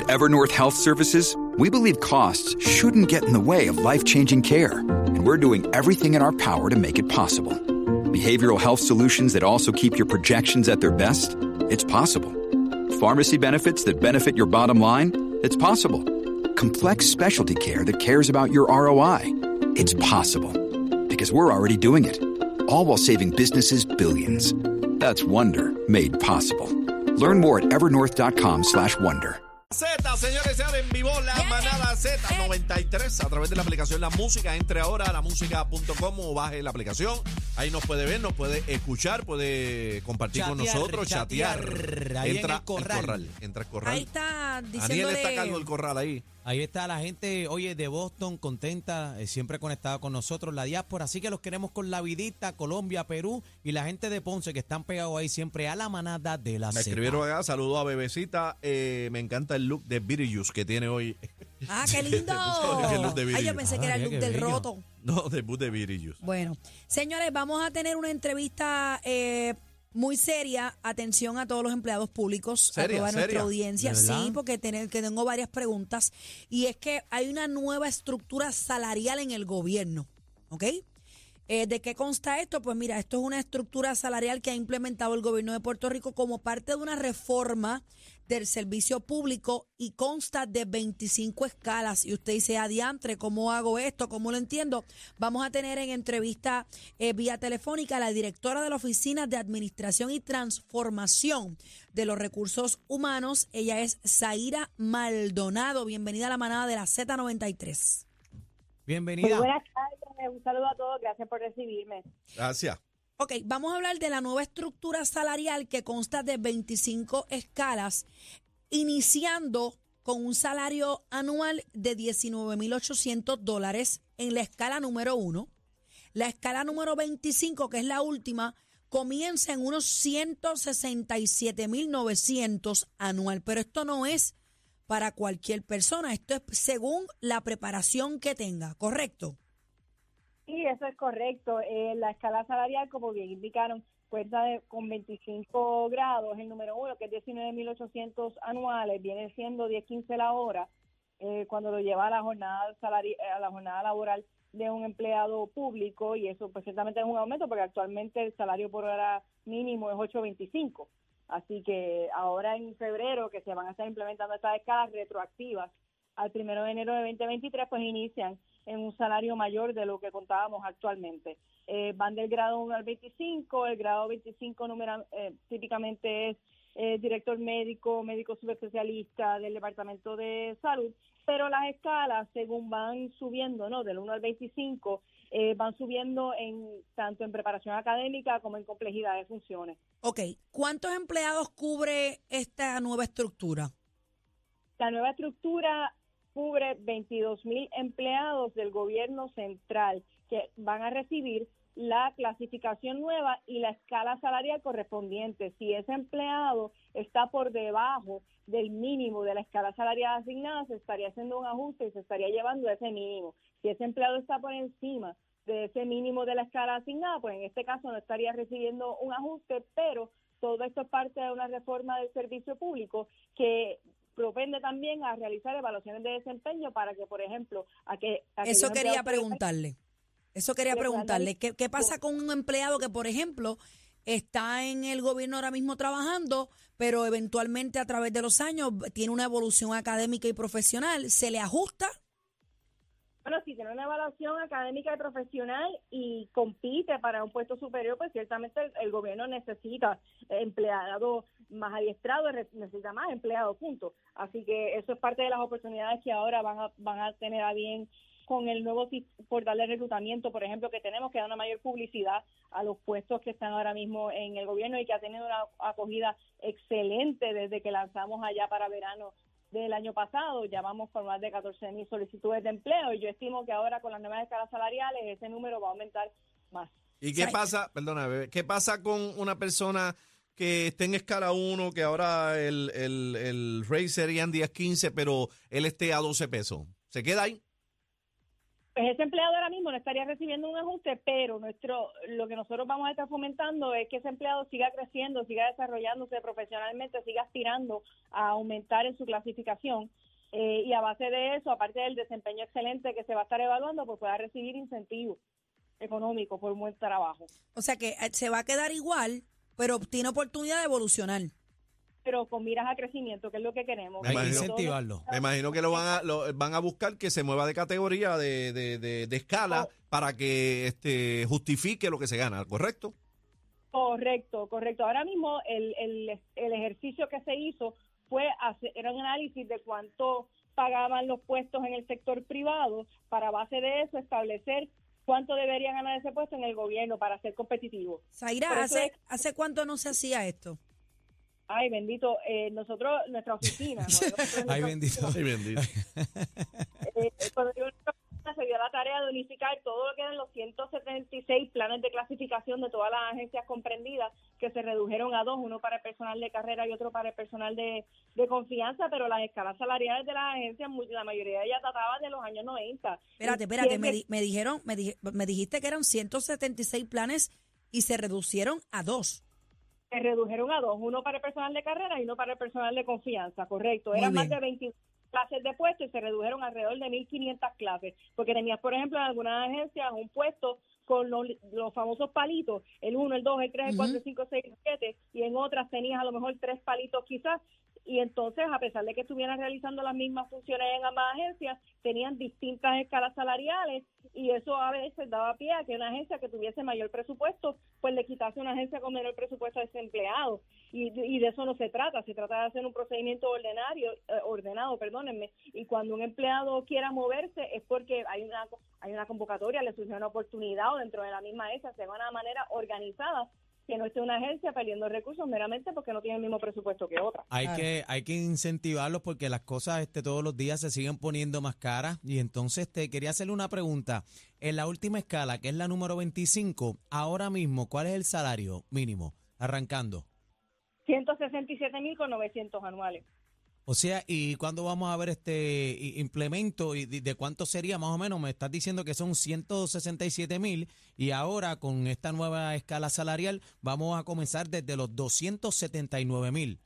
Evernorth Health Services, we believe costs shouldn't get in the way of life-changing care, and we're doing everything in our power to make it possible. Behavioral health solutions that also keep your projections at their best? It's possible. Pharmacy benefits that benefit your bottom line? It's possible. Complex specialty care that cares about your ROI? It's possible. Because we're already doing it. All while saving businesses billions. That's Wonder made possible. Learn more at evernorth.com/wonder. Z, señores, señores, en vivo la manada Z93 a través de la aplicación La Música. Entre ahora a lamusica.com o baje la aplicación. Ahí nos puede ver, nos puede escuchar, puede compartir con nosotros, chatear. Ahí Entra en el corral. Entra al corral. Ahí está diciéndole... Daniel está a cargo del corral ahí. Ahí está la gente, oye, de Boston, contenta, siempre conectada con nosotros, la diáspora. Así que los queremos con la vidita, Colombia, Perú y la gente de Ponce que están pegados ahí siempre a la manada de la Me Z. escribieron acá, saludos a Bebecita. Me encanta el look de Beetlejuice que tiene hoy. ¡Ah, qué lindo! El look de Ay, yo pensé que era el look qué del bello. roto. No, de Beetlejuice. Bueno, señores, vamos a tener una entrevista muy seria. Atención a todos los empleados públicos, a toda nuestra audiencia. ¿De verdad? Sí, porque tengo varias preguntas. Y es que hay una nueva estructura salarial en el gobierno, ¿ok? ¿De qué consta esto? Pues mira, esto es una estructura salarial que ha implementado el gobierno de Puerto Rico como parte de una reforma del servicio público y consta de 25 escalas. Y usted dice, adiantre, ¿cómo hago esto? ¿Cómo lo entiendo? Vamos a tener en entrevista vía telefónica a la directora de la Oficina de Administración y Transformación de los Recursos Humanos. Ella es Zaira Maldonado. Bienvenida a la manada de la Z93. Bienvenida. Muy buenas tardes, un saludo a todos, gracias por recibirme. Gracias. Ok, vamos a hablar de la nueva estructura salarial que consta de 25 escalas, iniciando con un salario anual de $19,800 en la escala número 1. La escala número 25, que es la última, comienza en unos 167,900 anual, pero esto no es para cualquier persona, esto es según la preparación que tenga, ¿correcto? Sí, eso es correcto. La escala salarial, como bien indicaron, cuenta con 25 grados. El número 1, que es 19,800 anuales, viene siendo 10.15 la hora, cuando lo lleva a la jornada a la jornada laboral de un empleado público, y eso pues ciertamente es un aumento porque actualmente el salario por hora mínimo es 8.25. Así que ahora en febrero, que se van a estar implementando estas escalas retroactivas al 1 de enero de 2023, pues inician en un salario mayor de lo que contábamos actualmente. Van del grado 1 al 25, el grado 25 típicamente es director médico, médico subespecialista del Departamento de Salud, pero las escalas, según van subiendo, ¿no? Del 1 al 25, van subiendo tanto en preparación académica como en complejidad de funciones. Ok, ¿cuántos empleados cubre esta nueva estructura? La nueva estructura cubre 22,000 empleados del gobierno central que van a recibir la clasificación nueva y la escala salarial correspondiente. Si ese empleado está por debajo del mínimo de la escala salarial asignada, se estaría haciendo un ajuste y se estaría llevando ese mínimo. Si ese empleado está por encima de ese mínimo de la escala asignada, pues en este caso no estaría recibiendo un ajuste, pero todo esto es parte de una reforma del servicio público que propende también a realizar evaluaciones de desempeño para que, por ejemplo, Eso quería preguntarle. ¿Qué pasa con un empleado que, por ejemplo, está en el gobierno ahora mismo trabajando, pero eventualmente a través de los años tiene una evolución académica y profesional? ¿Se le ajusta? Bueno, si tiene una evaluación académica y profesional y compite para un puesto superior, pues ciertamente el gobierno necesita empleados más adiestrados, necesita más empleados, punto. Así que eso es parte de las oportunidades que ahora van a tener a bien con el nuevo portal de reclutamiento, por ejemplo, que tenemos, que da una mayor publicidad a los puestos que están ahora mismo en el gobierno y que ha tenido una acogida excelente desde que lanzamos allá para verano del año pasado. Ya vamos con más de 14,000 solicitudes de empleo y yo estimo que ahora con las nuevas escalas salariales ese número va a aumentar más. ¿Y qué pasa, perdona, bebé, qué pasa con una persona que esté en escala 1, que ahora el rate serían 10.15, pero él esté a 12 pesos? ¿Se queda ahí? Pues ese empleado ahora mismo no estaría recibiendo un ajuste, pero lo que nosotros vamos a estar fomentando es que ese empleado siga creciendo, siga desarrollándose profesionalmente, siga aspirando a aumentar en su clasificación y a base de eso, aparte del desempeño excelente que se va a estar evaluando, pues pueda recibir incentivos económicos por un buen trabajo. O sea que se va a quedar igual, pero tiene oportunidad de evolucionar. Pero con miras a crecimiento, que es lo que queremos. Hay que imagino- incentivarlo. Me imagino que lo van a buscar que se mueva de categoría, de escala, para que justifique lo que se gana, ¿correcto? Correcto. Ahora mismo el ejercicio que se hizo era un análisis de cuánto pagaban los puestos en el sector privado, para base de eso establecer cuánto debería ganar ese puesto en el gobierno para ser competitivo. Zaira, Por eso ¿hace cuánto no se hacía esto? Ay, bendito, nuestra oficina, ¿no? Ay, bendito. Ay, bendito. Cuando yo se dio la tarea de unificar todo lo que eran los 176 planes de clasificación de todas las agencias comprendidas, que se redujeron a 2, uno para el personal de carrera y otro para el personal de confianza, pero las escalas salariales de las agencias, la mayoría de ellas databan de los años 90. Espérate, me dijiste que eran 176 planes y se reducieron a 2. Se redujeron a 2, uno para el personal de carrera y uno para el personal de confianza, correcto. Muy Eran bien. más de 20 clases de puesto y se redujeron alrededor de 1.500 clases, porque tenías, por ejemplo, en algunas agencias un puesto con los famosos palitos, el 1, el 2, el 3, el 4, el 5, 6, el 7, y en otras tenías a lo mejor 3 palitos quizás, y entonces, a pesar de que estuvieran realizando las mismas funciones en ambas agencias, tenían distintas escalas salariales, y eso a veces daba pie a que una agencia que tuviese mayor presupuesto, pues le quitase a una agencia con menor presupuesto a ese empleado, y de eso no se trata de hacer un procedimiento ordenado, y cuando un empleado quiera moverse es porque hay una convocatoria, le surge una oportunidad, o dentro de la misma agencia se va de una manera organizada, que no esté una agencia perdiendo recursos meramente porque no tiene el mismo presupuesto que otra. Hay que incentivarlos porque las cosas todos los días se siguen poniendo más caras. Y entonces quería hacerle una pregunta. En la última escala, que es la número 25, ahora mismo, ¿cuál es el salario mínimo? Arrancando. 167.900 anuales. O sea, ¿y cuándo vamos a ver implemento y de cuánto sería más o menos? Me estás diciendo que son 167,000 y ahora con esta nueva escala salarial vamos a comenzar desde los 279,000.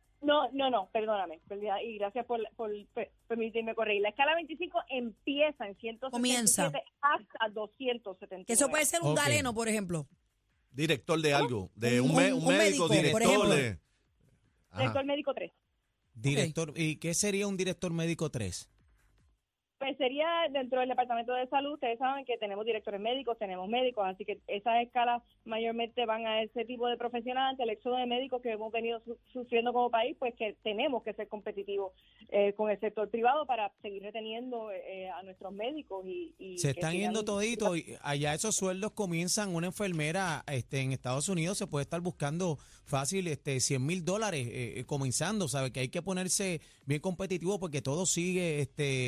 No, perdóname, y gracias por permitirme corregir. La escala 25 empieza en 167 hasta 279. Que eso puede ser un Ok. galeno, por ejemplo. Director de algo, de Un un médico, médico, por director ejemplo. de... Ajá. Director médico 3. Director, ¿y qué sería un director médico 3? Pues sería dentro del Departamento de Salud, ustedes saben que tenemos directores médicos, tenemos médicos, así que esas escalas mayormente van a ese tipo de profesionales. Ante el éxodo de médicos que hemos venido sufriendo como país, pues que tenemos que ser competitivos con el sector privado para seguir reteniendo a nuestros médicos. Y Se que están sigan- yendo toditos y allá esos sueldos comienzan. Una enfermera en Estados Unidos se puede estar buscando fácil $100,000 comenzando, ¿sabe? Que hay que ponerse bien competitivo porque todo sigue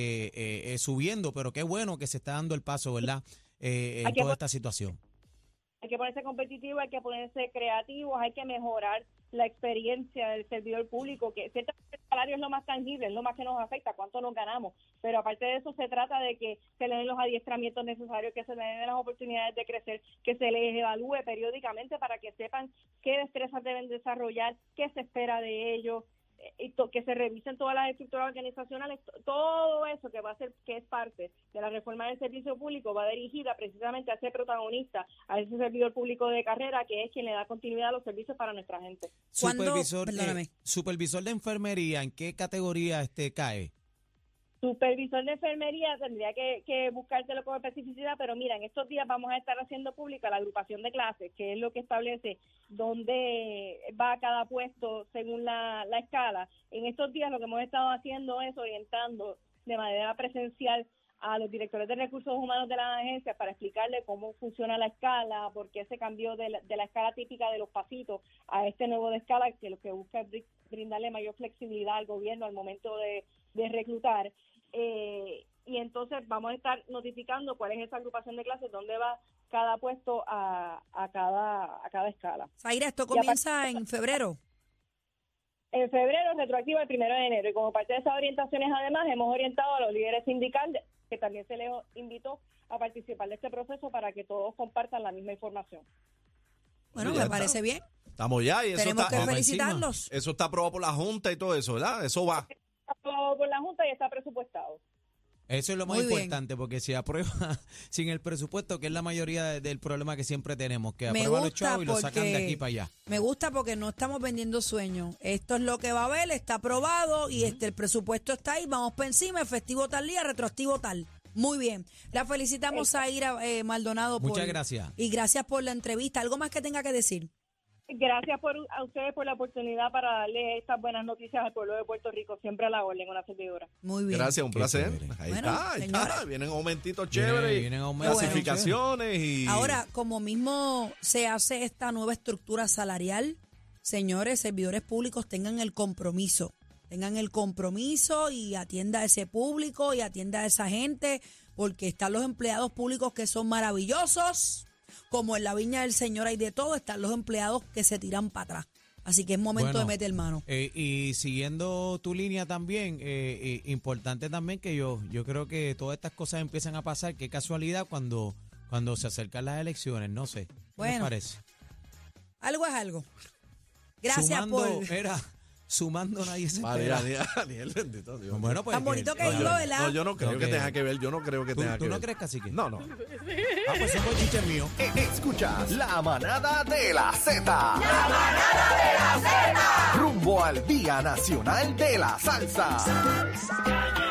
subiendo, pero qué bueno que se está dando el paso, ¿verdad? En que toda esta situación. Hay que ponerse competitivo, hay que ponerse creativos, hay que mejorar la experiencia del servidor público, que ciertamente el salario es lo más tangible, es lo más que nos afecta, cuánto nos ganamos, pero aparte de eso se trata de que se le den los adiestramientos necesarios, que se le den las oportunidades de crecer, que se les evalúe periódicamente para que sepan qué destrezas deben desarrollar, qué se espera de ellos, y que se revisen todas las estructuras organizacionales. Todo eso que va a ser, que es parte de la reforma del servicio público, va dirigida precisamente a ese protagonista, a ese servidor público de carrera, que es quien le da continuidad a los servicios para nuestra gente. ¿Cuándo? Supervisor, Perdóname. supervisor de enfermería, ¿en qué categoría cae? Supervisor de enfermería tendría que buscárselo con especificidad, pero mira, en estos días vamos a estar haciendo pública la agrupación de clases, que es lo que establece dónde va cada puesto según la escala. En estos días lo que hemos estado haciendo es orientando de manera presencial a los directores de recursos humanos de las agencias para explicarle cómo funciona la escala, por qué se cambió de la escala típica de los pasitos a este nuevo de escala, que lo que busca es brindarle mayor flexibilidad al gobierno al momento de reclutar. Y entonces vamos a estar notificando cuál es esa agrupación de clases, dónde va cada puesto a cada escala. Zaira, esto Y aparte- comienza en febrero. En febrero, retroactivo el 1 de enero, y como parte de esas orientaciones además hemos orientado a los líderes que también se les invitó a participar de este proceso para que todos compartan la misma información. Bueno, Ya me está. parece bien. Estamos ya y eso Tenemos está, que felicitarlos. eso está aprobado por la Junta y todo eso, ¿verdad? Eso va. Está aprobado por la Junta y está presupuestado. Eso es lo más Muy bien. importante, porque si aprueba sin el presupuesto, que es la mayoría del problema que siempre tenemos, que Me aprueban los gusta chavos y lo sacan de porque- aquí para allá. Me gusta porque no estamos vendiendo sueños. Esto es lo que va a haber, está aprobado y el presupuesto está ahí. Vamos para encima, efectivo tal día, retroactivo tal. Muy bien. La felicitamos a Ira Maldonado. Muchas gracias. Y gracias por la entrevista. ¿Algo más que tenga que decir? Gracias a ustedes por la oportunidad para darle estas buenas noticias al pueblo de Puerto Rico. Siempre a la orden, una servidora. Muy bien. Gracias, un Qué placer. chévere. Ahí Bueno, está, ahí señora. está. Vienen aumentitos chéveres, Vienen aumentos clasificaciones y... Ahora, como mismo se hace esta nueva estructura salarial, señores, servidores públicos tengan el compromiso y atienda a ese público y atienda a esa gente, porque están los empleados públicos que son maravillosos, como en la viña del Señor hay de todo, están los empleados que se tiran para atrás. Así que es momento Bueno, de meter mano. Y siguiendo tu línea también, importante también que yo creo que todas estas cosas empiezan a pasar. Qué casualidad cuando se acercan las elecciones, no sé. ¿Qué Bueno, me parece? Algo es algo. Gracias Sumando nadie se María, espera. Daniel, bendito Dios. Bueno, pues, Tan bonito que No, digo, yo- ¿verdad? No, yo no creo Ok. que tenga que ver. Yo no creo que tenga que ¿Tú ver. no crees, cacique? No, no. Ah, pues ese bochinche es mío. Escuchas la manada de la Z. La manada de la Z. Rumbo al Día Nacional de la Salsa.